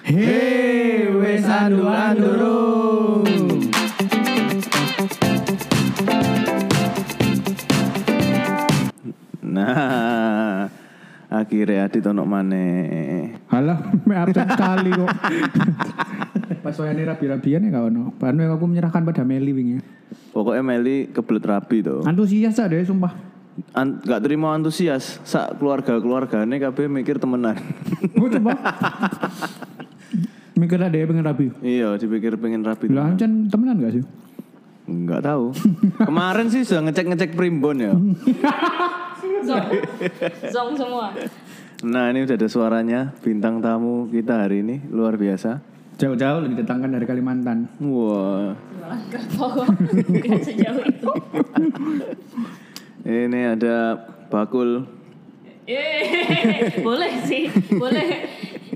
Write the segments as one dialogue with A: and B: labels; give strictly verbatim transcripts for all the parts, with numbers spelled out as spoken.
A: Hei, wes andu-andurung.
B: Nah, akhirnya Adit ono maneh.
A: Halah, me absen sekali kok. Pas wayane rabi-rabian ya gak ono. Bahkan aku menyerahkan pada Meli wingi.
B: Pokoknya Meli kebelet rabi tuh.
A: Antusias deh sumpah.
B: An- gak terima antusias. Sak keluarga-keluargane kabeh mikir temenan.
A: Oh coba. Mikir ada ya pengen rabi.
B: Iya, dipikir pengen rabi.
A: Lah ancen temenan gak sih?
B: Enggak tahu. Kemarin sih sudah ngecek-ngecek primbon ya.
C: Zong. Zong semua.
B: Nah, ini udah ada suaranya bintang tamu kita hari ini luar biasa.
A: Jauh-jauh lebih didatangkan dari Kalimantan.
B: Wah.
C: Jualan kerpok. Tidak sejauh itu.
B: Ini ada bakul.
C: Eh, boleh sih, boleh.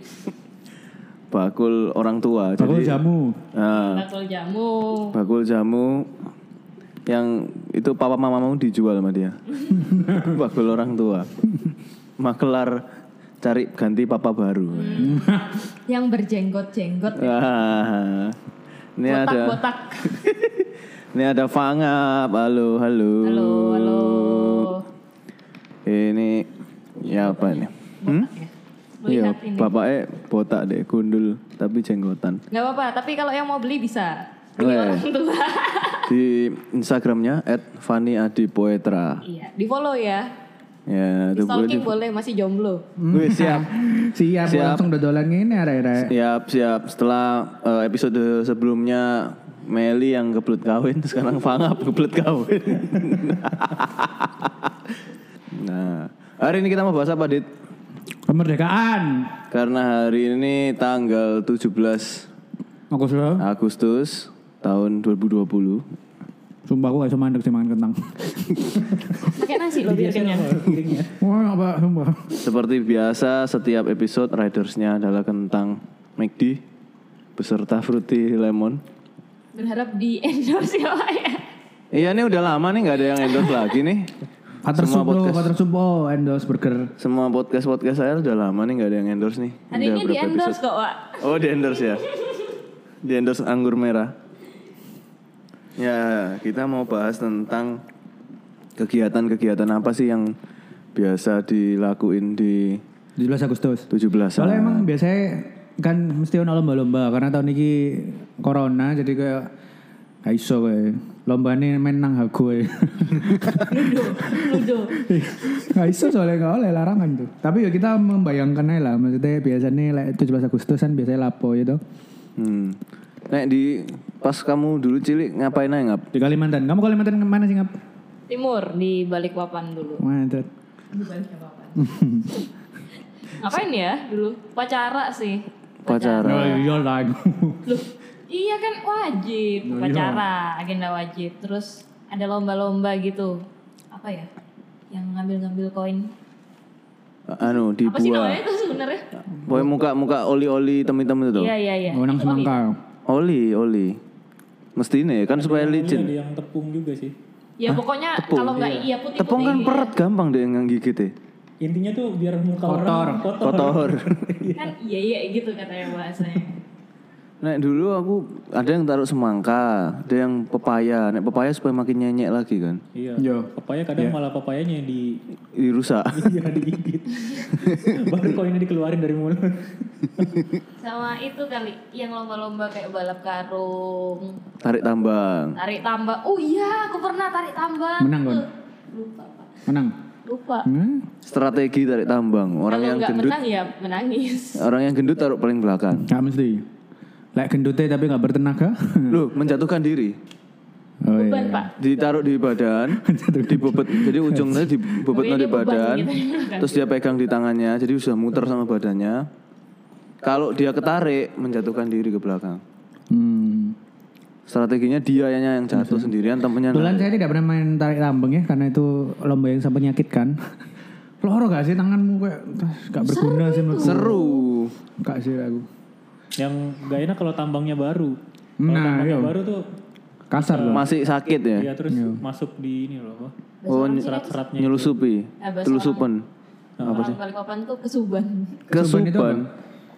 B: Bakul orang tua.
A: Bakul
B: Jadi,
A: jamu.
B: Nah,
C: Bakul jamu.
B: bakul jamu yang itu papa mamamu dijual sama dia. Bakul orang tua. Makelar cari ganti papa baru.
C: Hmm. Yang berjenggot-jenggot.
B: Ah, ini ada
C: Botak-botak.
B: ini ada Fangap. Halo, halo.
C: Halo, halo.
B: Ini ya apa ini? Hmm? Iya,
C: Melihat ini.
B: bapaknya botak deh, gundul tapi jenggotan.
C: Gak apa-apa, tapi kalau yang mau beli bisa. Beli
B: Weh.
C: orang tua.
B: Di Instagramnya et fanny adi poetra.
C: Iya, di follow ya.
B: Ya,
C: Di
B: itu boleh.
C: stalking
B: di-
C: boleh, masih jomblo.
B: Wih, siap.
A: Siap,
B: Siap.
A: langsung dodolan ini arek-arek.
B: Siap, siap. Setelah eh, episode sebelumnya Meli yang kebelet kawin, sekarang Fangap kebelet kawin. Nah, hari ini kita mau bahas apa, Dit?
A: Kemerdekaan.
B: Karena hari ini tanggal tujuh belas
A: Aku sudah.
B: Agustus tahun dua ribu dua puluh.
A: Sumpah aku gak bisa mandek sih makan kentang.
C: Pakai nasi loh biar kenyang.
A: Wah, apa sumpah.
B: Seperti biasa, setiap episode ridersnya adalah kentang McD beserta fruity lemon.
C: Berharap di endorse ya Pak ya.
B: Iya, ini udah lama nih nggak ada yang endorse lagi nih.
A: Kater
B: Semua
A: sup lo,
B: podcast.
A: kater sup oh, endorse burger.
B: Semua podcast-podcast saya udah lama nih nggak ada yang endorse nih.
C: Hari
B: Udah
C: ini di
B: berapa
C: endorse
B: episode?
C: kok Pak.
B: Oh, di endorse ya. Di endorse anggur merah. Ya, kita mau bahas tentang kegiatan-kegiatan apa sih yang biasa dilakuin di
A: tujuh belas Agustus.
B: tujuh belasan.
A: Soalnya emang biasanya kan mesti ono lomba-lomba karena tahun ini corona jadi kayak gak iso kayak lombane main nang hago ae.
C: Ludo, ludo.
A: Gak iso soalnya gak oleh larangan tuh. Tapi ya kita membayangkan aja lah. Maksudnya biasanya like, tujuh belas Agustus kan biasanya lapo gitu.
B: Hmm. Nek di pas kamu dulu cilik ngapain aja ngap?
A: Di Kalimantan. Kamu Kalimantan kemana sih ngap?
C: Timur di Balikpapan dulu.
A: Mantap.
C: Di Balikpapan. Ngapain ya dulu? Pacara sih.
B: Pacara.
A: Oh iya lah.
C: Loh, iya kan wajib
A: Oh, iya.
C: pacara, agenda wajib. Terus ada lomba-lomba gitu. Apa ya? Yang ngambil-ngambil koin.
B: Anu di
C: Apa sih
B: buah.
C: namanya itu sebenarnya?
B: Pokoknya muka-muka oli-oli temen-temen itu tuh.
C: Iya, iya, iya.
A: Oh nang
C: Itu oli.
A: semangka.
B: Oli, oli. Mesti ini kan supaya
D: Ada
B: licin.
D: yang tepung juga sih.
C: Ya pokoknya
B: Tepung,
C: kalau nggak iya putih-putih.
B: Tepung kan
C: gitu.
B: peret gampang deh ngegigit ya.
D: Intinya tuh biar muka
A: Kotor.
D: orang kotor.
B: Kotor.
C: Kan iya iya gitu katanya bahasanya.
B: Nek dulu aku ada yang taruh semangka, ada yang pepaya. Nek pepaya supaya makin nyenyek lagi kan.
D: Iya.
A: Yo.
D: Pepaya kadang malah pepayanya yang di
B: Dirusak.
D: iya digigit. Baru koinnya dikeluarin dari mulut.
C: Sama itu kali yang lomba-lomba kayak balap karung,
B: Tarik tambang.
C: tarik tambang. Oh iya, aku pernah tarik tambang.
A: Menang, Gon?
C: Tuh. Lupa, Pak.
A: Menang.
C: Lupa.
A: Hmm?
B: Strategi tarik tambang. Orang
C: Kalau
B: yang
C: nggak
B: gendut,
C: menang ya menangis.
B: orang yang gendut taruh paling belakang.
A: Gak mesti. Lek gendutnya tapi gak bertenaga.
B: Loh, menjatuhkan diri.
A: Oh
C: Beban
A: iya.
C: Pak.
B: Ditaruh di badan, dibobot. Jadi ujungnya dibobotnya
C: Ini
B: di
C: beban
B: badan.
C: gitu.
B: Terus dia pegang di tangannya, jadi sudah muter sama badannya. Kalau dia ketarik, menjatuhkan diri ke belakang.
A: Hmm.
B: Strateginya dia yang jatuh sendirian, temennya
A: Kebetulan
B: narik.
A: saya tidak pernah main tarik tambang ya karena itu lomba yang sangat menyakitkan. Loro gak sih tanganmu kayak gak berguna sih menurutku.
B: Seru.
A: Gak sih aku.
D: Yang gak enak kalau tambangnya baru. Kalau
A: Nah,
D: tambangnya
A: iya.
D: baru tuh
A: Kasar loh.
B: Masih sakit ya?
D: iya terus masuk di ini loh apa?
B: Oh, ny-
D: Serat-seratnya.
B: nyelusupi.
C: Ah, bahasa
B: Telusupan.
C: Orang Balikpapan tuh kesuban.
A: Kesuban itu
B: Kesuban.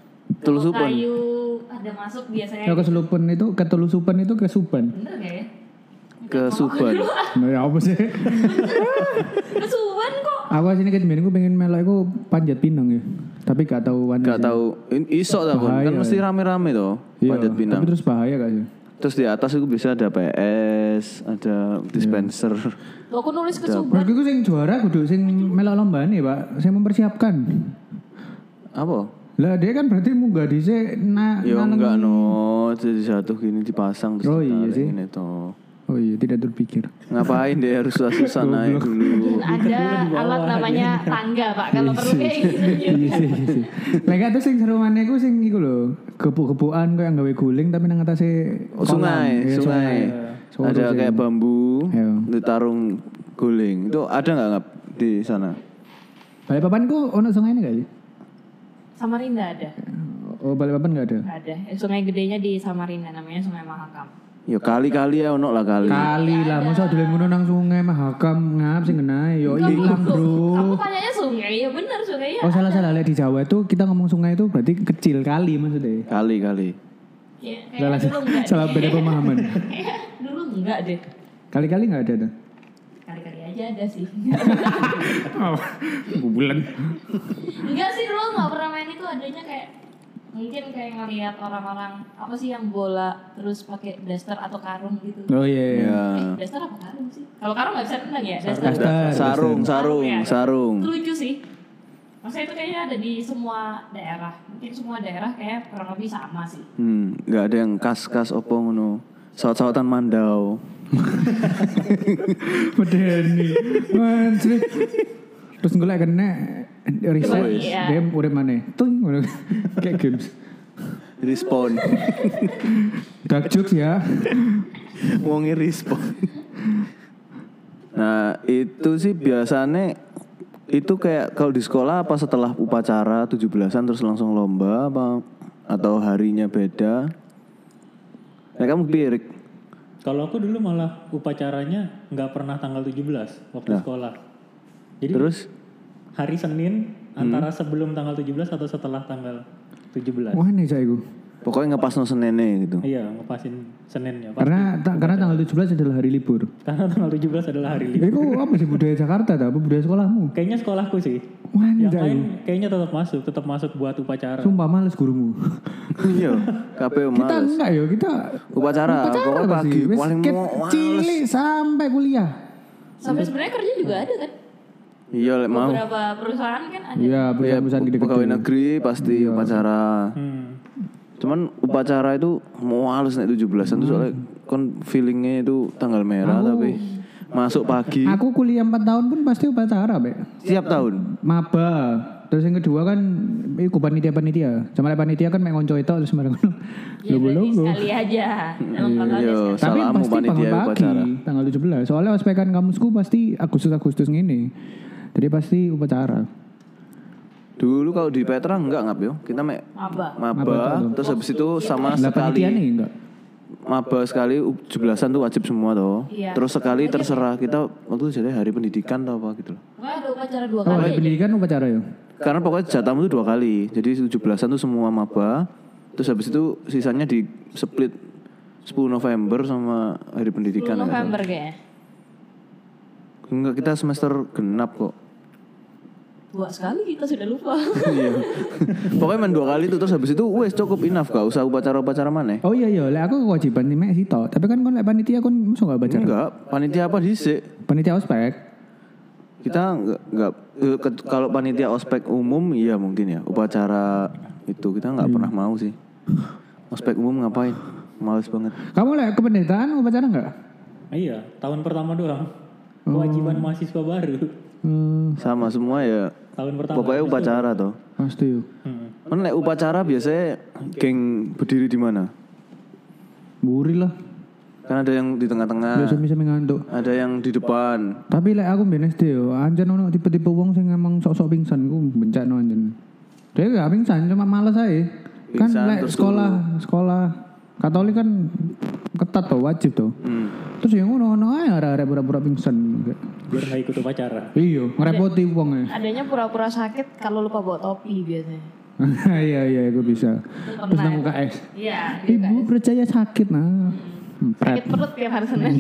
B: Telusupan.
C: Kayu ada masuk biasanya.
A: Ya keselupan itu, ketelusupan itu kesuban.
C: Bener gak ya?
B: Kesuban.
A: Nah, ya apa sih?
C: Kesuban kok.
A: Aku sini kan aku pengen melok aku panjat pinang ya. Tapi gak tahu wan.
B: Gak tahu iso ta, Bon.
A: Bahaya,
B: Kan mesti
A: ya.
B: rame-rame toh
A: Iya,
B: panjat pinang.
A: Tapi terus bahaya gak sih?
B: Terus di atas itu bisa ada P S, ada dispenser.
C: Loh, aku nulis kesuban.
A: Menurutku sing juara kudu sing melok lomba nih, Pak. Sing mempersiapkan.
B: Apa?
A: Lah dia kan berarti munggah dhisik na
B: Ya
A: naneng-
B: enggak no, jadi satu gini dipasang terus
A: Oh, iya
B: ditarik
A: sih.
B: ini toh.
A: Oh iya, tidak terpikir.
B: Ngapain dia harus susah-susah naik dulu.
C: Ada alat namanya tangga, Pak. Kalau perlu kayak gitu.
A: Iya sih, iya sih. Lek tuh sing seru maneh ku sing iku lho, gebuk-gebukan kok yang gawe guling tapi nang atase
B: Oh, sungai,
A: Iya,
B: sungai.
A: Seru
B: Ada
A: sih.
B: kayak bambu,
A: Iya.
B: ditarung guling. Itu ada nggak Ngap, di sana?
A: Balikpapan ku ono sungai ini gak sih?
C: Samarinda ada.
A: Oh, Balikpapan gak ada.
C: Ada. Eh, Sungai gedenya di Samarinda namanya Sungai Mahakam.
B: Ya kali-kali ya ono lah kali.
A: Kali lah, masa dolen ngono nang sungai Mahakam ngap sing ngenae. Yo
C: Enggak,
A: ilang,
C: Bu.
A: Bro.
C: Aku tanyanya sungai, ya bener sungai ya.
A: Oh, salah-salah lek di Jawa itu kita ngomong sungai itu berarti kecil kali maksudnya.
B: Kali-kali.
C: Ya,
A: Salah,
C: kayak dulu enggak.
A: salah
C: deh.
A: beda pemahaman.
C: Kayak dulu enggak deh.
A: Kali-kali nggak ada tuh.
C: Kali-kali aja ada sih.
A: Oh, bulan.
C: Enggak sih dulu nggak pernah main itu, adanya kayak mungkin kayak ngelihat orang-orang apa sih yang bola terus pakai daster atau karung gitu.
A: Oh iya. iya.
B: Ya.
C: Eh, daster apa karung sih? Kalau karung nggak bisa renang ya, daster.
A: Daster.
B: Sarung, sarung,
C: ya.
B: sarung.
C: Itu lucu sih. Maksudnya itu kayaknya ada di semua daerah. Mungkin semua daerah kayak kurang lebih sama sih.
B: Hmm, nggak ada yang kas-kas opo ngono. Saut-sautan mandau.
A: Medeni. Mancrik. Terus gue lagi kena reset,
C: Iya.
A: dia udah mana? Tung, udah kayak games.
B: Respon.
A: Dark jokes ya.
B: Wongi respon. Nah, itu sih biasanya itu kayak kalau di sekolah apa setelah upacara tujuh belasan terus langsung lomba apa atau harinya beda? Nah, kamu pirik.
D: Kalau aku dulu malah upacaranya nggak pernah tanggal tujuh belas waktu
B: Nah.
D: sekolah. Jadi
B: Terus
D: hari Senin antara sebelum tanggal tujuh belas atau setelah tanggal tujuh belas.
A: Wah ini saya gue.
B: pokoknya ngepas no senene gitu.
D: Iya, ngepasin Senin ya. pasti.
A: Karena ta- karena tanggal tujuh belas adalah hari libur.
D: Karena tanggal tujuh belas adalah hari libur.
A: Itu apa sih budaya Jakarta tak? Apa budaya sekolahmu?
D: Kayaknya sekolahku sih.
A: Wah ini
D: Yang
A: dah.
D: lain kayaknya tetap masuk, tetap masuk buat upacara.
A: Sumpah males gurumu.
B: Iya, K P U
A: Kita
B: males.
A: enggak ya, kita
B: Upacara, pokoknya
A: pasti.
B: pagi
A: Wis
B: paling mau
A: kecil sampai kuliah.
C: Sampai sebenarnya kerja juga ada kan?
B: Iya, lek mau.
C: Beberapa perusahaan kan ada.
A: Iya,
B: Ya,
A: perusahaan-perusahaan gede-gede.
B: pegawai negeri pasti upacara.
D: Hmm.
B: Cuman upacara itu mau halus nek tujuh belasan tuh soalnya kon feelingnya itu tanggal merah tapi masuk pagi
A: Aku kuliah empat tahun pun pasti upacara, Be.
B: tiap tahun.
A: Maba. Terus yang kedua kan iku panitia-panitia. Cuma panitia kan mek ngonco itu terus bareng.
C: Ya berarti
A: Logo-logo.
C: sekali aja. Emang kalau ada
B: Iya,
C: sekali.
A: Tapi
B: salamu
A: pasti bangun
B: panitia
A: pagi
B: upacara.
A: tanggal tujuh belas. Soalnya ospekan kampusku pasti Agustus-Agustus ngene. Jadi pasti upacara.
B: Dulu kalau di Petra enggak ngap yo. Kita mek
C: Maba.
B: maba terus habis itu sama
A: Lah panitia
B: sekali
A: nih enggak.
B: maba sekali tujuh belasan tuh wajib semua toh.
C: Iya.
B: Terus sekali terserah kita waktu itu jadi hari pendidikan atau apa gitu loh.
C: Pokoknya ada upacara dua
A: Oh,
C: kali
A: hari
C: aja.
A: pendidikan upacara ya.
B: Karena pokoknya jatahmu tuh dua kali. Jadi tujuh belasan tuh semua maba. Terus habis itu sisanya di split sepuluh November sama hari pendidikan.
C: sepuluh
B: ya.
C: November kayaknya.
B: Enggak, kita semester genap kok.
C: Dua sekali kita sudah lupa.
B: Iya. Pokoknya main dua kali tuh terus habis itu wes cukup enough gak usah upacara-upacara mana.
A: Oh iya iya, lek aku kewajiban nih mek sito. Tapi kan kon lek panitia kon musuh enggak upacara.
B: Enggak, panitia apa dhisik?
A: Panitia ospek.
B: Kita enggak enggak eh, ke- kalau panitia ospek umum iya mungkin ya. Upacara itu kita enggak pernah mau sih. Ospek umum ngapain? Males banget.
A: Kamu lek kependetaan upacara enggak?
D: Ah, iya, tahun pertama doang. Kewajiban mahasiswa baru.
A: Hmm,
B: Sama semua ya.
D: Tahun pertama.
B: Pokoknya upacara toh.
A: pasti yo.
D: Hmm.
B: Kan lek upacara biasanya geng berdiri di mana?
A: Buri lah.
B: Kan ada yang di tengah-tengah,
A: Biasa bisa mengantuk.
B: ada yang di depan.
A: Tapi lek aku mbien S D yo, anjen ono tipe-tipe wong sing emang sok-sok pingsan ku bencana anjen. Dia gak pingsan, cuma males aja. Kan
B: Pingsan,
A: lek
B: terus
A: sekolah sekolah Katolik kan ketat tuh, wajib tuh.
B: Hmm.
A: Terus yang ngono-ngono ae arek-arek pura-pura pingsan.
D: Biar nggak ikut upacara.
A: Iya, ngerepoti wong e.
C: Adanya pura-pura sakit kalau lupa bawa topi biasanya.
A: Iya iya gue bisa.
C: Itu
A: Terus
C: pernah.
A: nang U K S.
C: Iya, di
A: Ibu
C: U K S.
A: percaya sakit nah. Pret.
C: Sakit perut tiap hari Senin.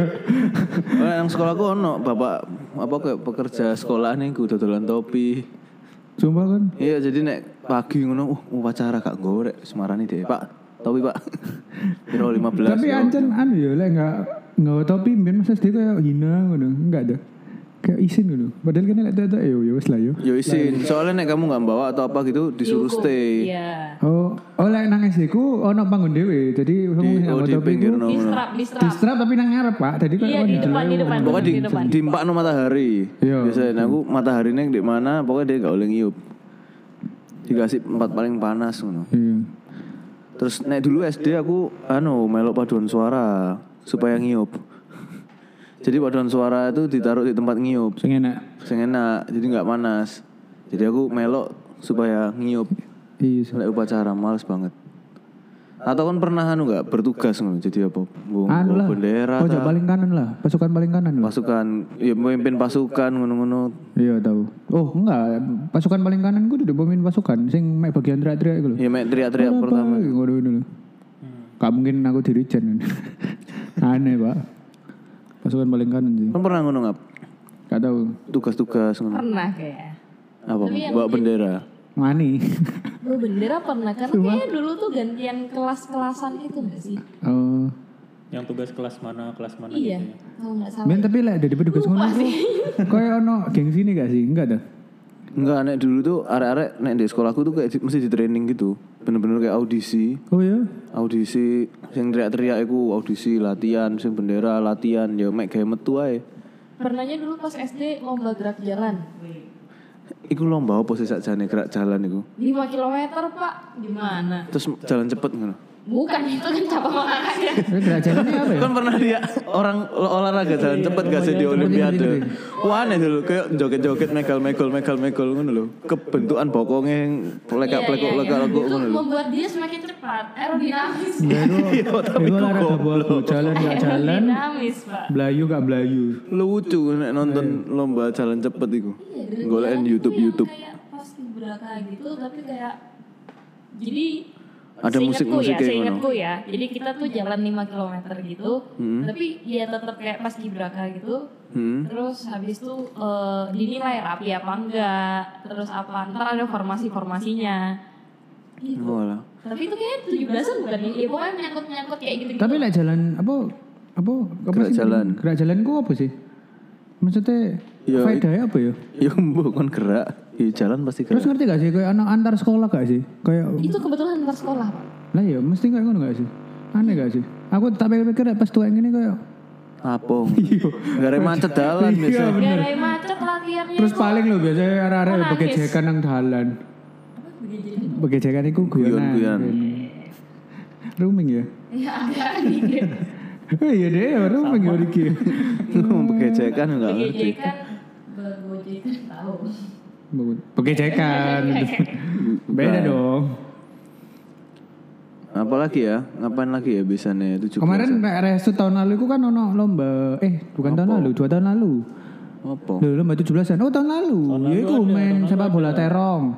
B: Oh, yang sekolahku ono bapak apa kayak pekerja sekolah nih ku dodolan topi.
A: Sumpah kan.
B: Iya jadi nek pagi ngono uh upacara gak gorek semarani deh Pak. Topi Pak. Kira lima belas.
A: Tapi ancen anu ya lek enggak enggak topi mben Mas S D kayak hina ngono. Enggak ada. Kayak isin ngono. Padahal kan lek tetek yo yo wis lah yo.
B: Yo isin, soalnya nek kamu nggak bawa atau apa gitu disuruh
C: Dihukum.
B: stay.
C: Iya.
A: Oh, oh lek nang S D ku ono panggon dhewe. Jadi kamu
B: Di,
A: sing
B: oh,
A: nggawa
B: di
A: topi
B: pinggir
A: ku
B: no.
C: Di
B: no.
C: strap, di strap.
A: di strap tapi nang ngarep, Pak. Jadi kan
C: Iya, di depan, di depan.
B: Pokoknya di,
C: Di depan.
B: dimpak no matahari.
A: Iya.
B: Biasanya nah, aku matahari neng di mana, pokoknya dia gak boleh ngiup. Dikasih tempat paling panas ngono.
A: Iya.
B: Terus nek dulu S D aku anu melok paduan suara supaya ngiup. Jadi paduan suara itu ditaruh di tempat ngiup.
A: Sing enak.
B: Sing enak, jadi nggak panas. Jadi aku melok supaya ngiup.
A: Iya. sih.
B: Lek upacara males banget. Atau kan pernah anu nggak bertugas ngono jadi apa? Bawa
A: Anu lah.
B: bendera.
A: Pojok
B: ta?
A: paling kanan lah, pasukan paling kanan lah.
B: Pasukan, ya memimpin pasukan ngono-ngono.
A: Iya tahu. Oh enggak, pasukan paling kanan gue udah pemimpin pasukan, sing mek bagian teriak-teriak itu loh.
B: Ya mek teriak-teriak
A: Apa?
B: pertama.
A: Ngono ngono loh. Gak mungkin aku dirijen. Aneh pak. Pasukan paling kanan sih.
B: Kan pernah ngono ngap?
A: Gak tahu.
B: Tugas-tugas ngono.
C: Pernah kayak.
B: Apa?
C: Tapi yang
B: Bawa
C: mungkin-
B: bendera.
A: Mani.
C: Lu bendera pernah karena kayaknya dulu tuh gantian kelas-kelasan itu gak sih?
A: Oh.
D: Yang tugas kelas mana, kelas mana
C: Iya,
D: gitu ya.
C: kalau nggak salah.
A: Men tapi lah dari petugas ngono
C: Lupa
A: itu.
C: sih.
A: Kayak ono geng sini gak sih? Enggak dah.
B: Enggak, nek dulu tuh arek-arek nek di sekolahku tuh kayak di, mesti di training gitu. Bener-bener kayak audisi.
A: Oh ya.
B: Audisi sing teriak-teriak iku audisi latihan, sing bendera latihan ya mek gawe metu ae.
C: Pernahnya dulu pas S D lomba gerak jalan.
B: Iku lomba apa sih sakjane gerak jalan iku?
C: lima kilometer pak, gimana?
B: Terus jalan cepet ngono.
C: Bukan itu kan cabang olahraga.
A: Ini gerak jalannya apa ya?
B: Kan pernah dia orang olahraga jalan cepet gak sih di olimpiade. Wah aneh dulu kayak joget-joget megal-megal megal-megal ngono lho. Kebentukan bokongnya yang lekak-lekuk lekak-lekuk
C: Itu
B: ngono lho.
C: membuat dia semakin cepat, aerodinamis.
A: Ya itu.
B: Iya, tapi
A: Itu
B: kok
A: olahraga
B: goblok.
A: buat jalan gak jalan.
C: Aerodinamis pak.
A: Belayu gak belayu.
B: Lucu nek nonton lomba jalan cepet iku.
C: Iya, dan
B: Golekin
C: jalan itu
B: YouTube
C: yang
B: YouTube.
C: Kayak pas beraka gitu, tapi kayak jadi
B: Ada
C: seingatku
B: musik-musiknya
C: ya,
B: ngono.
C: seingatku ya. Jadi kita tuh jalan lima kilometer gitu, tapi ya tetap kayak pas gibraka gitu.
B: Hmm.
C: Terus habis itu eh, dinilai rapi apa enggak, terus apa ntar ada formasi-formasinya. Gitu.
B: Oh lah.
C: Tapi itu kayak tujuh belasan bukan ya? Ya pokoknya menyangkut-nyangkut kayak gitu.
A: Tapi lah jalan apa apa apa
B: Gerak
A: sih?
B: jalan.
A: Gerak jalan ku apa sih? Maksudnya
B: Ya,
A: faedahnya apa ya?
B: Ya mbok kon gerak, ya jalan pasti
A: Terus
B: gerak.
A: ngerti gak sih kayak anak antar sekolah gak sih? Kayak
C: Itu kebetulan antar sekolah pak.
A: lah ya mesti kayak ngono gak sih? Aneh gak sih? Aku tak pikir-pikir pas tua yang ini kayak
B: Apa? Gara macet dalan
A: Iya,
B: biasa.
A: bener.
C: Gara macet latihannya.
A: Terus
C: kok.
A: paling lo biasanya arah-arah
C: Oh, nangis.
A: begejekan nang dalan. Begejekan iku guyonan.
B: Guyon-guyon.
A: Rooming ya?
C: Ya agak dikit.
A: Oh iya deh, rooming ya Riki.
B: Begejekan enggak ngerti.
C: Begejekan, begojekan tahu.
A: Begejekan. Beda dong.
B: Apalagi ya? Ngapain lagi ya biasanya tujuh
A: Kemarin Rek Restu tahun lalu itu kan ono lomba. Eh, bukan tahun lalu, dua tahun lalu.
B: apa?
A: Loh, lomba tujuh belasan. Oh, tahun lalu. Ya itu main sepak bola terong.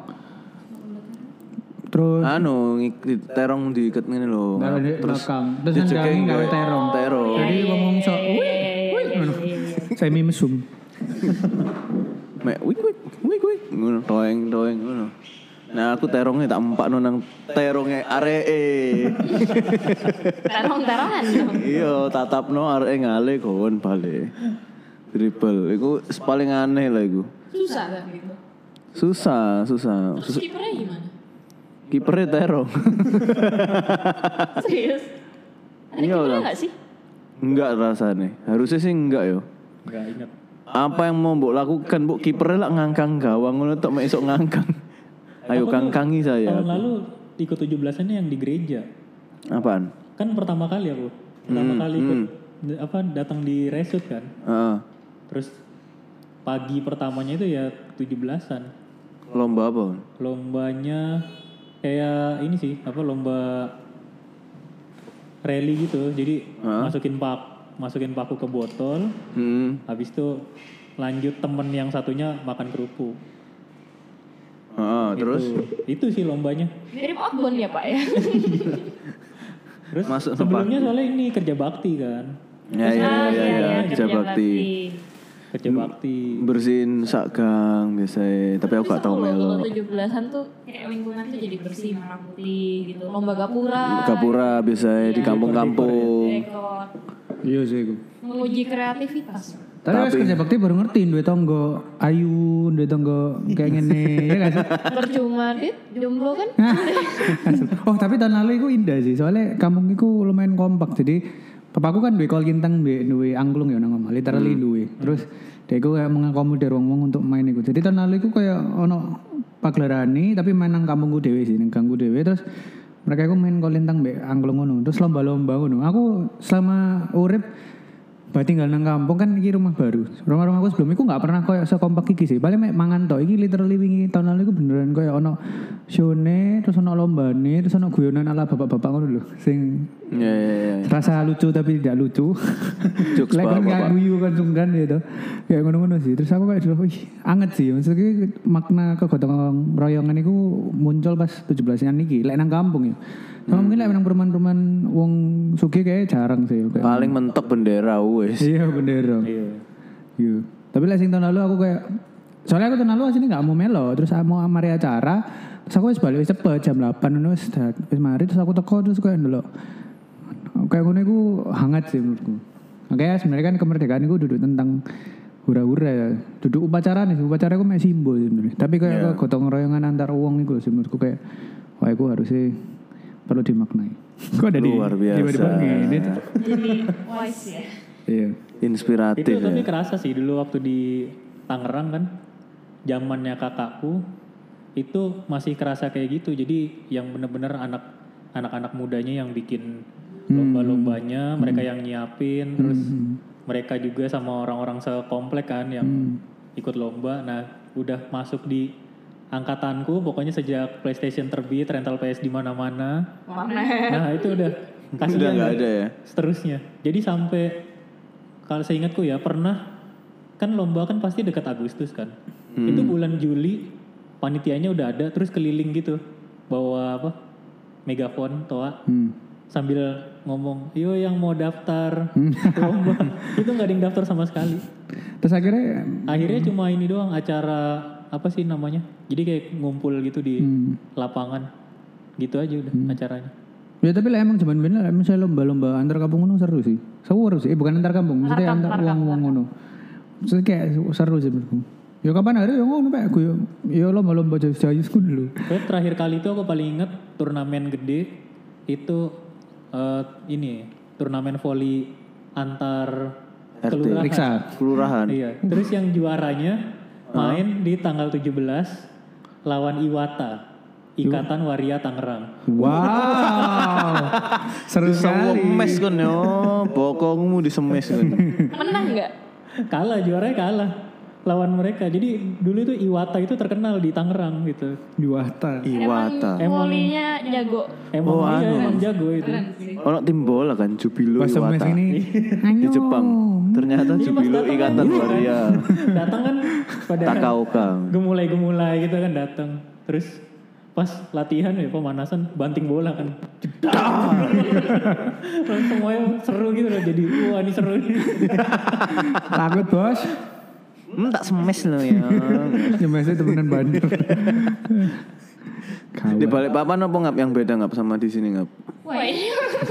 A: Terus
B: Anu ngik- terong diikat ngene lho.
A: Dalam di
B: Terus
A: belakang. Terus
B: dijegeng
A: nendang gawe
B: gawe
A: terong.
B: terong.
A: Jadi ngomong sok,
C: Iya,
A: wih, wih, ngono. Semi mesum.
B: Mek wik wik wik wik ngono toeng toeng ngono. Nah aku terongnya tak empak nang terongnya areke.
C: Terong-terongan dong.
B: Iya tatapno areke ngale kon balik. Dribble iku paling aneh lah iku.
C: Susah kan gitu.
B: Susah, susah.
C: Terus
B: Sus-
C: kipernya gimana?
B: Kipernya terong.
C: Serius? Ada
B: Iya
C: kipernya
B: lah.
C: nggak sih?
B: Enggak rasanya. Harusnya sih enggak yo.
D: Enggak ingat.
B: Apa yang mau mbok lakukan, mbok kipernya lah ngangkang gawang ngono tok mek esuk ngangkang. Ayo
D: Aku tuh
B: kangkangi saya.
D: Tahun lalu ikut tujuh belasannya yang di gereja.
B: Apaan?
D: Kan pertama kali aku. Pertama
B: Hmm,
D: kali ikut
B: hmm.
D: d- apa datang di resut kan.
B: Heeh.
D: Terus pagi pertamanya itu ya tujuh belasan.
B: Lomba apa?
D: Lombanya kayak ini sih, apa lomba rally gitu. Jadi
B: Hah?
D: masukin pak masukin paku ke botol,
B: Hmm.
D: habis itu lanjut temen yang satunya makan kerupuk.
B: Heeh, terus
D: Itu, itu sih lombanya.
C: Mirip outbound ya Pak ya.
D: Terus
B: Masuk
D: sebelumnya soalnya ini kerja bakti kan.
B: ya ya
C: Ah,
B: ya, ya,
C: iya,
B: kerja bakti.
D: Kerja bakti.
B: Bersihin sak gang biasanya, tapi aku gak tau melo.
C: tujuh belasan tuh kayak lingkungan tuh jadi bersih, merah putih gitu. Lomba gapura.
B: Gapura biasanya di
C: Iya.
B: kampung-kampung.
C: Dekor.
A: Iya sih iku.
C: Menguji kreativitas.
A: Tapi wis kerja bakti baru ngerti duwe tangga ayu, duwe tangga kayak ngene, ya gak sih?
C: Percuma dit, jomblo kan?
A: Oh tapi tahun lalu itu indah sih, soalnya kampung itu lumayan kompak. Jadi papaku kan duwe kol kintang, duwe duwe angklung ya nang omah, literally duwe. Terus dia itu kayak mengakomodir wong-wong untuk main itu. Jadi tahun lalu itu kayak ono paglarani tapi main nang kampungku dhewe sih, nang ganggu dhewe. Terus mereka itu main kol kintang mbek angklung ngono. Terus lomba-lomba ngono. Aku selama urip Bah tinggal nang kampung kan iki rumah baru. Rumah-rumah aku sebelum iku enggak pernah koyo sekompak iki sih. Paling mek mangan tok. Iki literally wingi tahun lalu iku beneran koyo ono showne, terus ono lombane, terus ono guyonan ala bapak-bapak ngono lho. Sing
B: Ya ya ya.
A: rasa lucu tapi tidak lucu.
B: Jokes
A: Lek kan
B: bapak-bapak.
A: guyu kan sungkan gitu. Kayak ngono-ngono sih. Terus aku kayak wih, anget sih. Maksudnya makna kegotong royongan iku muncul pas tujuh belasan iki. Lek nang kampung ya. Kalau mungkin lek nang perumahan-perumahan wong sugih kayak jarang sih. Kayak
B: Paling mentok bendera wes.
A: iya bendera.
D: Iya.
A: Iya. Tapi lah sing tahun lalu aku kayak soalnya aku tahun lalu aslinya nggak mau melo, terus aku mau mari acara, terus aku wis balik wis cepet jam delapan ngono wis dat- wis mari terus aku teko terus kayak ndelok. Kayak ngono iku hangat sih menurutku. Makanya sebenarnya kan kemerdekaan itu duduk tentang hura-hura ya. Duduk upacara nih, upacara itu masih simbol sebenarnya. Tapi kayak
B: Yeah.
A: gotong royongan antar uang itu sih menurutku kayak wah itu harusnya perlu dimaknai. Kok ada di
B: Luar biasa.
A: tiba-tiba gini tuh.
C: Jadi wise ya.
A: Iya.
B: Inspiratif
D: Itu tapi
B: ya.
D: kerasa sih dulu waktu di Tangerang kan, zamannya kakakku itu masih kerasa kayak gitu. Jadi yang bener-bener anak anak-anak mudanya yang bikin lomba-lombanya, mereka yang nyiapin, terus mereka juga sama orang-orang sekomplek kan yang ikut lomba. Nah, udah masuk di angkatanku, pokoknya sejak PlayStation terbit, rental P S di mana-mana.
C: Mana?
D: Nah, itu udah
B: Udah
D: kasihan
B: nggak
D: kan?
B: ada ya.
D: Seterusnya. Jadi sampai kalau saya ingatku ya pernah kan lomba kan pasti dekat Agustus kan. Itu bulan Juli panitianya udah ada terus keliling gitu bawa apa megafon toa
A: Hmm.
D: sambil ngomong yo yang mau daftar lomba itu nggak ada yang daftar sama sekali.
A: Terus akhirnya
D: Akhirnya cuma ini doang acara apa sih namanya? Jadi kayak ngumpul gitu di
A: Hmm.
D: lapangan gitu aja udah acaranya.
A: ya tapi lah emang zaman bener misalnya lomba-lomba antar kampung ngono seru sih. Seru sih, eh bukan antar kampung, maksudnya antar uang-uang ngono. Maksudnya kayak seru sih menurutku. Ya kapan hari ya ngono Pak, gue ya lomba-lomba jayus-jayus ku dulu.
D: Pokoknya terakhir kali itu aku paling inget turnamen gede itu eh, ini turnamen voli antar
B: R T.
D: kelurahan.
A: Riksa.
B: Kelurahan.
D: Iya. Terus yang juaranya main di tanggal tujuh belas lawan Iwata, Ikatan Waria Tangerang.
A: Wow. Seru sekali.
B: Semes kan yo, bokongmu disemes kan.
C: Menang nggak?
D: Kalah, juaranya kalah lawan mereka. Jadi dulu itu Iwata itu terkenal di Tangerang gitu.
A: Diwata.
B: Iwata.
C: Emang volinya jago.
D: Emang
B: Oh,
D: iya,
B: anu.
D: emang jago itu.
B: Ono tim bola kan Jubilo
A: Pas semes
B: Iwata.
A: ini.
B: Di Jepang. Ternyata
D: Jadi pas
B: Jubilo
D: datang
B: Ikatan
D: kan,
B: Waria.
D: Datang kan pada
B: Takaoka.
D: gemulai-gemulai gitu kan datang. Terus pas latihan ya pemanasan banting bola kan. Jedar. Terus semuanya seru gitu loh jadi wah ini seru nih.
A: Takut bos.
B: Hmm tak semes loh ya.
A: Nyemesnya temenan bandel.
B: Di balik papan apa ngap yang beda ngap sama di sini ngap?
C: Wah ini.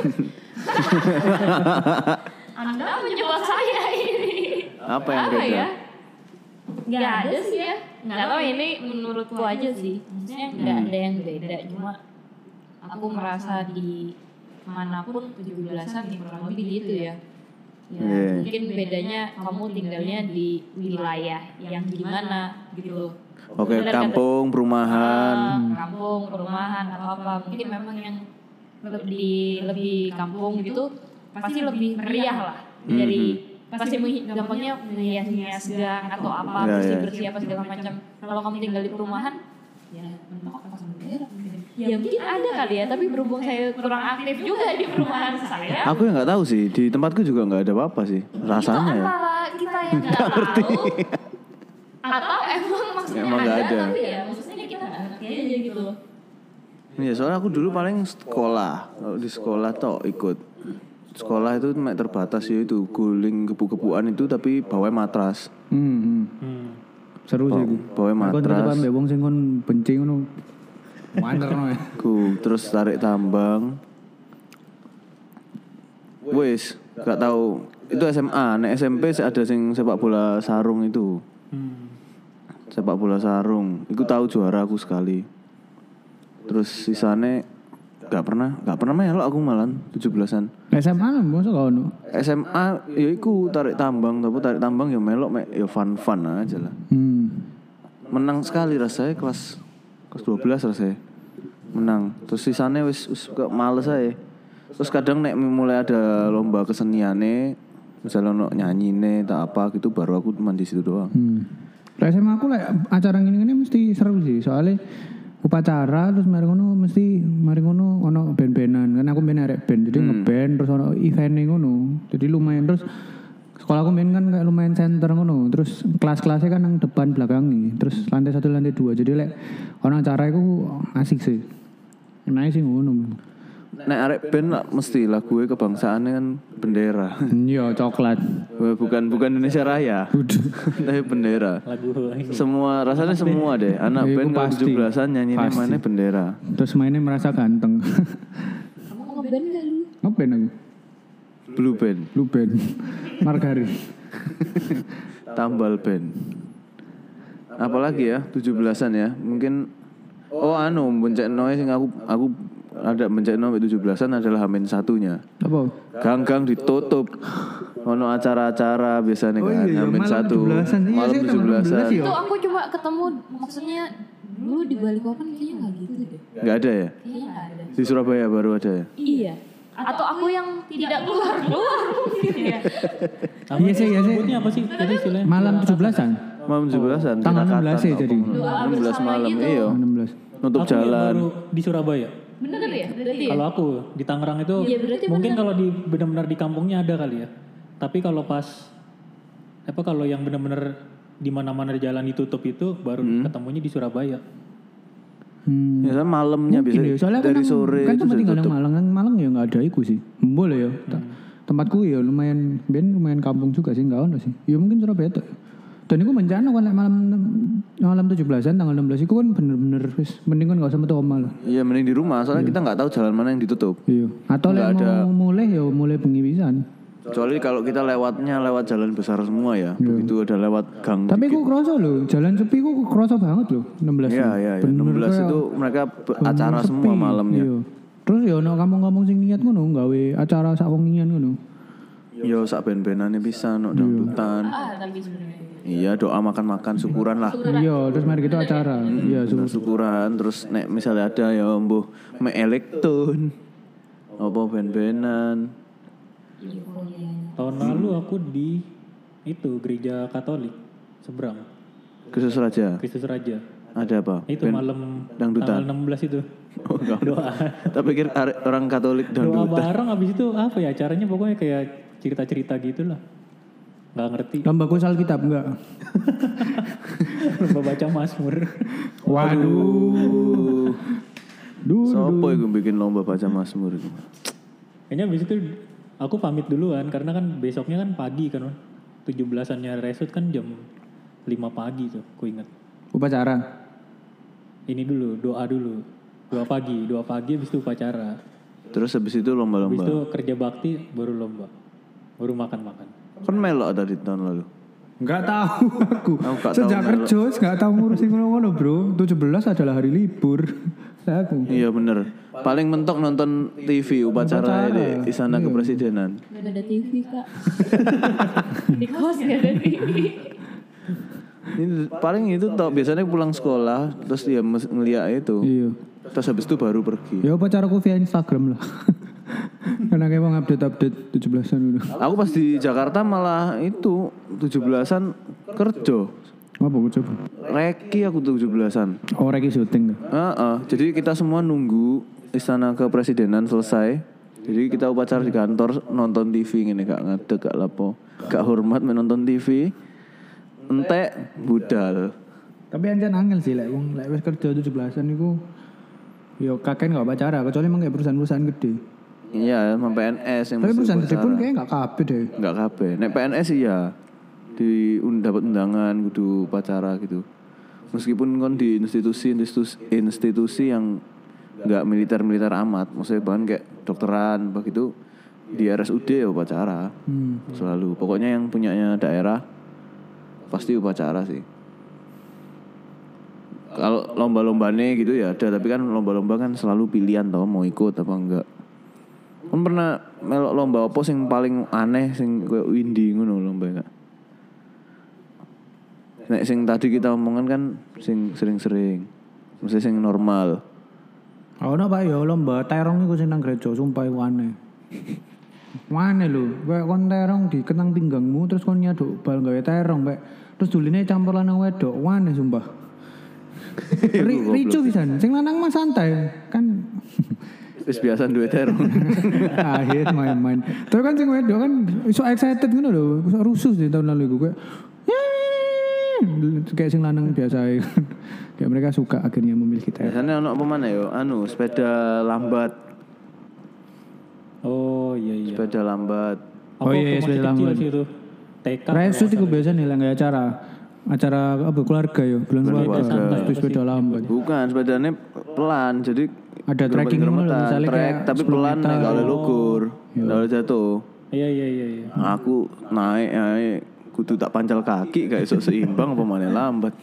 C: Anda menjebak saya ini.
B: Apa yang
C: Apa
B: beda?
C: ya? Nggak ada sih ya. Nggak tahu ini menurutku aja sih. Maksudnya nggak ada yang beda. Cuma aku merasa di manapun tujuh belasan ya kurang lebih gitu ya. Ya
B: Yeah.
C: mungkin bedanya kamu tinggalnya di wilayah yang gimana gitu loh.
B: Oke,
C: Bener kata-
B: kampung, perumahan.
C: Ah, kampung, perumahan atau apa. Mungkin memang yang lebih lebih kampung gitu pasti lebih meriah lah. Dari pasti menghi- gampangnya menghias-hias gang atau apa,
B: Ya,
C: bersih-bersih apa segala macam. Kalau kamu tinggal di perumahan, ya mentok apa sama daerah. Ya mungkin ada kali ya, tapi berhubung saya kurang aktif juga di perumahan saya,
B: Aku yang nggak tahu sih, di tempatku juga nggak ada apa-apa sih rasanya
C: itu
B: ya.
C: antara kita yang nggak tahu atau emang maksudnya
B: Emang
C: ada,
B: nggak ada.
C: tapi ya maksudnya kita nggak gitu loh.
B: Ya soalnya aku dulu paling sekolah. Kalau di sekolah tok ikut. Sekolah itu mek terbatas ya itu guling kebu-kebuan itu tapi bawa matras.
A: Hmm. hmm.
D: Hmm.
A: Seru sih iku.
B: Bawa
A: Aku
B: matras.
A: coba mbek wong sing kon benci ngono. Wanterno ya.
B: Ku terus tarik tambang. Wes, gak tahu. Itu S M A, nek S M P sih ada sing sepak bola sarung itu.
D: Hmm.
B: Sepak bola sarung. Iku tahu juara aku sekali. Terus sisane gak pernah, gak pernah melok aku malan tujuh belasan.
A: S M A mosok gak ono.
B: S M A ya iku tarik tambang, tapi tarik tambang ya melok mek ya fun-fun aja lah.
A: Hmm.
B: Menang sekali rasanya kelas kelas dua belas rasanya. Menang. Terus sisane wis wis kok males ae. Terus kadang nek mulai ada lomba keseniane, misalnya ono nyanyine tak apa gitu baru aku mandi situ doang.
A: Hmm. S M A aku like, acara gini-gini mesti seru sih. Soalnya upacara terus mari ngono mesti mari ngono ono band-bandan. Kan aku main arek band. Jadi
B: Hmm.
A: ngeband terus ono event ngono. Jadi lumayan terus sekolah aku main kan kayak lumayan center ngono. Terus kelas-kelasnya kan yang depan belakang. Terus lantai satu lantai dua. Jadi lek ono acara itu asik sih. Enak sih ngono.
B: Nek arek band lah mesti lagu kebangsaannya kan bendera.
A: Iya coklat.
B: bukan bukan Indonesia Raya. Tapi bendera.
D: Lagu ini.
B: Semua rasanya semua deh. Anak
A: Iya,
B: band
A: itu
B: kalau
A: pasti.
B: tujuh belasan nyanyi
A: Pasti.
B: mana bendera.
A: Terus mainnya merasa ganteng.
C: Kamu ngeband gak lu?
A: Ngeband aku.
B: Blue band,
A: Lu band. Margarin.
B: tambal band. Apalagi ya tujuh belasan ya. Mungkin oh anu bencekno sing aku aku ada bencekno tujuh belasan adalah Hamin satunya.
A: Apa?
B: Ganggang ditutup. Ono acara-acara biasanya
A: Oh
B: kan
A: iya,
B: Hamin
A: malam
B: satu.
A: tujuh belasan. Iya
B: Malam
A: sih,
B: tujuh
A: tanggal enam belas
B: belasan.
A: ya.
C: Itu aku coba ketemu, maksudnya dulu di Balikpapan kayaknya nggak gitu deh.
B: Enggak ada ya?
C: Kayaknya nggak ada.
B: Di Surabaya baru ada ya?
C: Iya. Atau aku yang tidak keluar keluar mungkin ya.
D: Apa
A: Iya sih, iya sih.
D: sebutnya apa sih? Jadi istilahnya
A: Malam tujuh belasan.
B: Malam tujuh belasan.
A: Tanggal enam belas ya jadi.
B: enam belas malam iya.
A: enam belas.
B: Nutup
D: Aku ya
B: jalan.
D: baru di Surabaya.
C: Bener ya? Berarti ya?
D: Kalau aku di Tangerang itu
C: Iya, berarti
D: mungkin kalau di benar-benar di kampungnya ada kali ya. Tapi kalau pas apa kalau yang benar-benar di mana-mana jalan ditutup itu baru ketemunya di Surabaya.
A: Hmm.
B: Ya kan malamnya
A: Mungkin
B: bisa
A: ya, soalnya
B: dari
A: kan
B: sore
A: kan
B: itu
A: tempat
B: sudah
A: tinggal yang
B: tutup.
A: Malang, yang Malang ya nggak ada iku sih. Boleh ya. Ta- Tempatku ya lumayan, ben lumayan kampung juga sih, nggak ada sih. Ya mungkin Surabaya tuh. Dan itu bencana kan like, malam malam tujuh belasan tanggal enam belas itu kan bener-bener wis mending kan nggak usah metu omah lah.
B: Iya mending di rumah soalnya kita nggak tahu jalan mana yang ditutup.
A: Iya. Atau
B: Nggak
A: lek
B: ada.
A: mau mulai ya mulai bengi pisan.
B: Kecuali kalau kita lewatnya lewat jalan besar semua ya. Begitu ada lewat gang.
A: Tapi
B: dikit.
A: ku kerasa loh, jalan sepi ku kerasa banget loh enam belas.
B: Iya iya iya. enam belas itu mereka be- acara semua malamnya.
A: Iya. Terus ya ono kampung-kampung sing niat ngono gawe acara sak wengian ngono.
B: Yo sak ben-benane bisa no dangdutan.
C: Ah, tapi sebenarnya.
B: Iya doa makan-makan syukuran lah.
A: Iya, terus mari kita acara. Iya,
B: Bener, syukuran terus nek misalnya ada ya mbuh me elektron. Apa ben-benan.
D: Tahun lalu aku di itu gereja Katolik seberang
B: Kristus Raja.
D: Kristus Raja.
B: Ada apa?
D: Itu
B: Ben-
D: malam
B: dangdutan.
D: tanggal enam belas itu.
B: Oh, enggak.
D: Doa.
B: Tak pikir are- orang Katolik
D: Doa
B: dangdutan.
D: bareng habis itu apa ya acaranya pokoknya kayak cerita-cerita gitulah. Nggak ngerti.
A: Lomba kusal Alkitab enggak?
D: Lomba baca Mazmur.
A: Waduh. Duh.
B: Sopo iku bikin lomba baca Mazmur iku?
D: Kayaknya habis itu aku pamit duluan karena kan besoknya kan pagi kan. tujuh belasannya resut kan jam lima pagi tuh, aku ingat.
A: Upacara.
D: Ini dulu, doa dulu. Doa pagi, doa pagi habis itu upacara.
B: Terus habis itu
D: Habis
B: lomba-lomba.
D: itu kerja bakti baru lomba. Baru makan-makan.
B: Kan melok tadi tahun lalu.
A: Enggak tahu aku.
B: Aku nggak
A: Sejak
B: tahu,
A: kerja enggak tahu ngurusin ngono-ngono, Bro. tujuh belas adalah hari libur. Aku.
B: Iya bener. Paling mentok nonton T V upacara
A: Upacara.
B: di Istana Kepresidenan.
C: Gak ada T V kak. Di kos gak ada T V.
B: Ini paling itu toh biasanya pulang sekolah terus dia mes- ngeliat itu.
A: Iya.
B: Terus habis itu baru pergi.
A: Ya upacaraku via Instagram lah. Karena kayak mau update-update tujuh belasan dulu.
B: Aku pas di Jakarta malah itu tujuh belasan kerja.
A: Apa gue coba?
B: Reki aku tujuh belasan.
A: Oh, Reki syuting.
B: Heeh, jadi kita semua nunggu Istana Kepresidenan selesai. Jadi kita upacara di kantor nonton T V ngene gak ngadeg gak lapo. Gak hormat menonton T V. Entek budal.
A: Tapi anjan angel sih lek wong lek wis kerja tujuh belasan iku Yo kakek nggak upacara, kecuali emang kayak perusahaan-perusahaan gede.
B: Iya, sama P N S yang
A: Tapi
B: mesti
A: perusahaan gede
B: upacara.
A: pun kayak nggak kabeh deh.
B: Nggak kabeh. Nek P N S iya di un, dapat undangan kudu upacara gitu. Meskipun kon di institusi institusi, institusi yang nggak militer-militer amat, maksudnya bahkan kayak dokteran begitu di R S U D ya upacara.
A: Hmm.
B: Selalu. Pokoknya yang punyanya daerah pasti upacara sih. Kalau lomba-lombane gitu ya ada, tapi kan lomba-lomba kan selalu pilihan tau mau ikut apa enggak. Kan pernah melok lomba apa sing paling aneh sing koyo windy ngono lomba enggak? Nek sing tadi kita omongan kan sing sering-sering. Mesti sing normal.
A: Ono Pak ya lomba terong iku sing nang gereja, sumpah iku aneh. Aneh lho, kayak kon terong dikenang pinggangmu terus kon nyaduk bal gawe terong, Pak. Terus duline campur lanang wedok, aneh sumpah. Ri, ricu pisan, sing lanang mah santai kan.
B: Wis biasa duwe terong.
A: Akhir main-main. Terus kan sing wedok kan iso excited ngono lho, iso rusuh di tahun lalu iku kayak kayak sing lanang biasa. Kayak mereka suka akhirnya memiliki terong.
B: Biasanya ono apa mana yo? Anu, sepeda lambat.
D: Oh iya iya.
B: Sepeda lambat.
A: Oh
D: Aku
A: iya,
D: waktu
A: sepeda
D: masih kecil
A: lambat.
D: sih itu. T K.
A: Resut itu biasa nih lah nggak acara acara apa keluarga ya bulan
B: Bulan
A: keluarga
B: keluarga.
A: terus sepeda lambat
B: Bukan, sepedanya pelan. Jadi
A: ada tracking ngono lho,
B: germetan,
A: misalnya
B: trek
A: kayak
B: tapi
A: sepuluh
B: pelan
A: meter.
B: nek gak oleh lugur. Gak oleh jatuh.
D: Iya iya iya iya.
B: Aku naik ae kudu tak pancal kaki gak iso seimbang apa maneh lambat.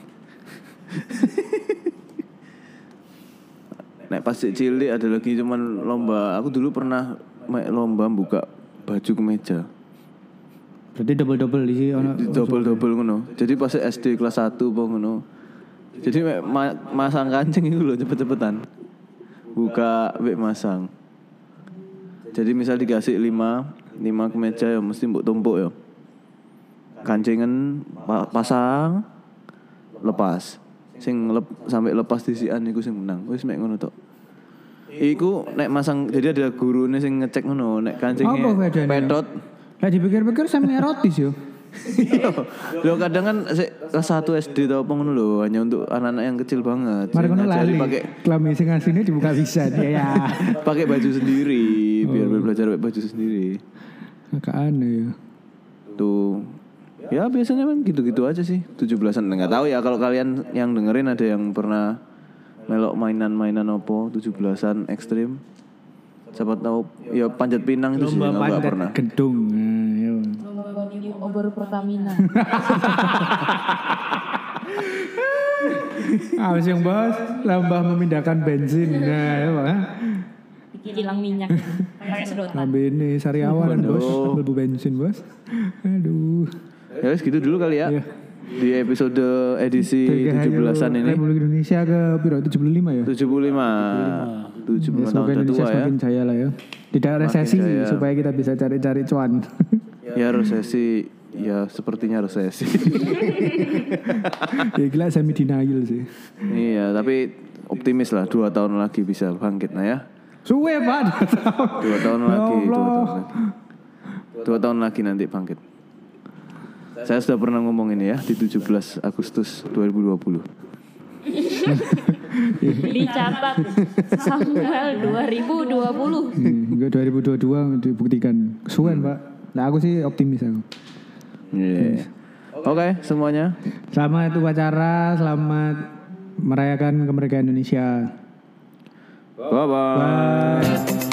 B: Nek pas cilik ada lagi cuman lomba. Aku dulu pernah main lomba buka baju kemeja.
A: berarti double double di sini ono
B: Double double ngono. Jadi pas S D kelas satu apa ngono. Jadi mek ma- masang kancing itu loh cepet-cepetan. Buka wek masang. Jadi misal dikasih lima lima kemeja ya mesti mbok tumpuk ya. Kancingan pa- pasang lepas. Sing lep, sampai lepas disian iku sing menang. Wis mek ngono tok. Iku nek masang jadi ada gurune sing ngecek ngono nek kancingnya
A: Apa bedanya?
B: pedot.
A: lah dipikir-pikir semi erotis yo
B: Iya. Lo kadang kan sik kelas satu S D tau apa ngono lho, hanya untuk anak-anak yang kecil banget.
A: mari ngono
B: Ngajari
A: lali
B: pakai
A: klambi sing asline dibuka bisa ya ya
B: pakai baju sendiri biar belajar pakai baju sendiri.
A: agak aneh ya
B: Tuh. Ya biasanya kan gitu-gitu aja sih. tujuh belasan enggak tahu ya kalau kalian yang dengerin ada yang pernah melok mainan-mainan opo tujuh belasan ekstrim. Siapa tahu ya panjat pinang itu sih
A: lomba
B: enggak
A: panjat
B: pernah.
A: gedung nah, yo.
C: Lomba new over Pertamina.
A: Habis yang bos lomba memindahkan bensin nah ya Pak
C: Kilang minyak. Pakai sedotan.
A: Lambe ini sariawan bos ambil bensin bos aduh
B: Ya wes gitu dulu kali ya.
A: Iya.
B: Di episode edisi tujuh belasan ini.
A: Republik Indonesia ke piro tujuh puluh lima ya
B: tujuh puluh lima tujuh puluh lima
A: Ya,
B: tahun
A: semoga
B: udah
A: Indonesia
B: tua ya.
A: semakin jaya lah ya. Tidak resesi
B: jaya.
A: supaya kita bisa cari-cari cuan.
B: Ya resesi, ya sepertinya resesi.
A: Ya gila semi denial sih.
B: Iya, tapi optimis lah dua tahun lagi bisa bangkit nah ya.
A: Suwe Pak.
B: Dua tahun
A: Ya
B: lagi, dua
A: Allah.
B: tahun lagi. Dua tahun lagi nanti bangkit. Saya sudah pernah ngomong ini ya di tujuh belas Agustus dua ribu dua puluh.
C: Dicatat tanggal dua ribu dua puluh.
A: Enggak dua ribu dua puluh dua dibuktikan. Suwen Pak. Nah aku sih optimis aku.
B: Iya. Oke, semuanya.
A: Selamat upacara, selamat merayakan kemerdekaan Indonesia.
B: Bye bye.
A: Bye.